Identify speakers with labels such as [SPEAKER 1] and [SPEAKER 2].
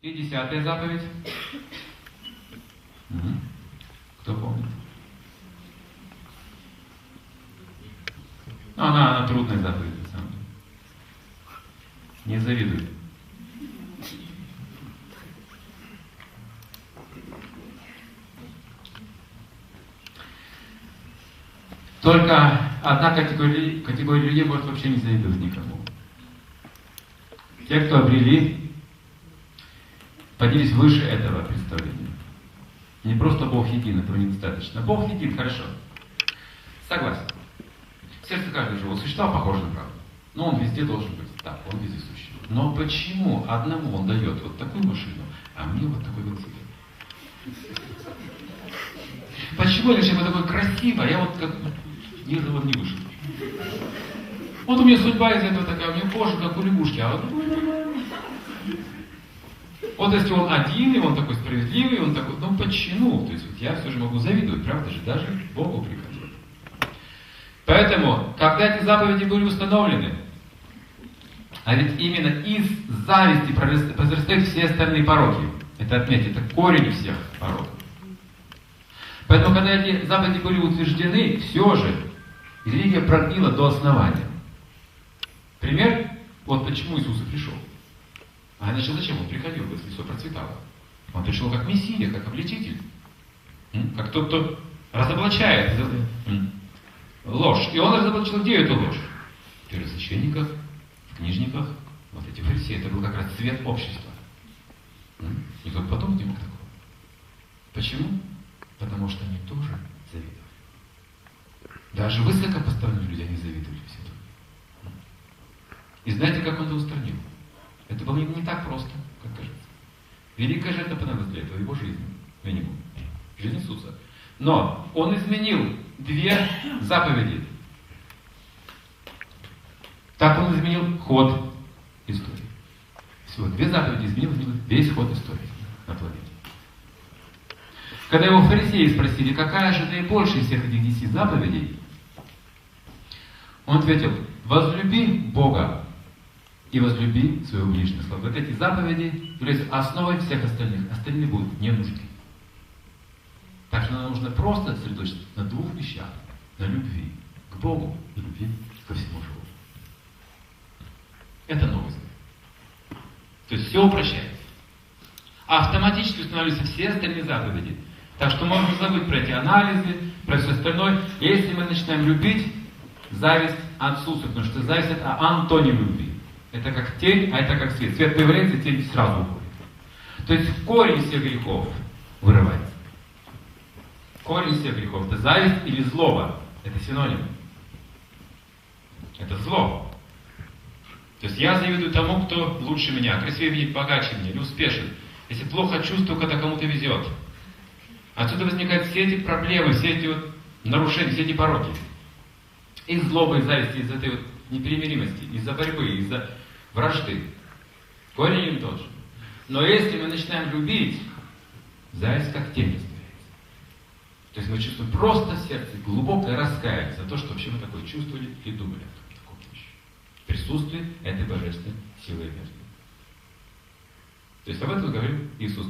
[SPEAKER 1] И 10-я заповедь. Кто помнит? Ну, она трудная заповедь, на самом деле. Не завидуй. Только одна категория людей может вообще не завидовать никому. Те, кто обрели, поднялись выше этого представления. Не просто Бог един, этого недостаточно. Бог един, хорошо. Согласен. Сердце каждого живого существа похоже на правду. Но он везде должен быть. Так, он вездесущий. Но почему одному он дает вот такую машину, а мне вот такой велосипед? Почему я вот такой красивый, а я вот как ни разу не вышел? Вот у меня судьба из этого такая, у меня кожа как у лягушки, а вот нормально. Вот если он один, и он такой справедливый, он такой, ну почему? То есть вот я все же могу завидовать, правда же, даже Богу приходит. Поэтому, когда эти заповеди были установлены, а ведь именно из зависти произрастают все остальные пороки. Это отметьте, это корень всех пороков. Поэтому, когда эти заповеди были утверждены, все же религия прогнила до основания. Пример, вот почему Иисус и пришел. А иначе зачем он приходил, если все процветало? Он пришел как Мессия, как обличитель. Как тот, кто разоблачает ложь. И он разоблачил, где эту ложь? В первосвященниках, в книжниках, вот эти фарисеи. Это был как раз цвет общества. И только потом к нему такого. Почему? Потому что они тоже завидовали. Даже высокопоставленные люди, они завидовали все это. И знаете, как он это устранил? Это было не так просто, как кажется. Великая жертва понадобилась для этого, его жизнь, минимум. Жизнь Иисуса. Но он изменил 2 заповеди. Так он изменил ход истории. Всего 2 заповеди изменил весь ход истории на планете. Когда его фарисеи спросили, какая же наибольшая из всех этих 10 заповедей, он ответил: возлюби Бога и возлюби своего ближнего. Вот эти заповеди являются основой всех остальных. Остальные будут не нужны. Так что нам нужно просто сосредоточиться на 2 вещах. На любви к Богу и любви ко всему живому. Это новый завет. То есть все упрощается. А автоматически устанавливаются все остальные заповеди. Так что можно забыть про эти анализы, про все остальное. Если мы начинаем любить, зависть отсутствует, потому что зависть — это антоним любви. Это как тень, а это как свет. Свет появляется, тень сразу уходит. То есть корень всех грехов вырывается. Корень всех грехов — это зависть или злоба. Это синоним. Это зло. То есть я завидую тому, кто лучше меня, красивее меня, богаче меня, или успешен. Если плохо чувствую, когда кому-то везет. Отсюда возникают все эти проблемы, все эти вот нарушения, все эти пороки. Из злобы, из зависти, из этой вот непримиримости, из-за борьбы, из-за вражды. Корень им тот же. Но если мы начинаем любить, зависть как тень растворяется. То есть мы чувствуем просто в сердце глубокое раскаяние за то, что вообще мы такое чувствовали и думали о таком вещи. В присутствии этой божественной силы и энергии. То есть об этом говорит Иисус.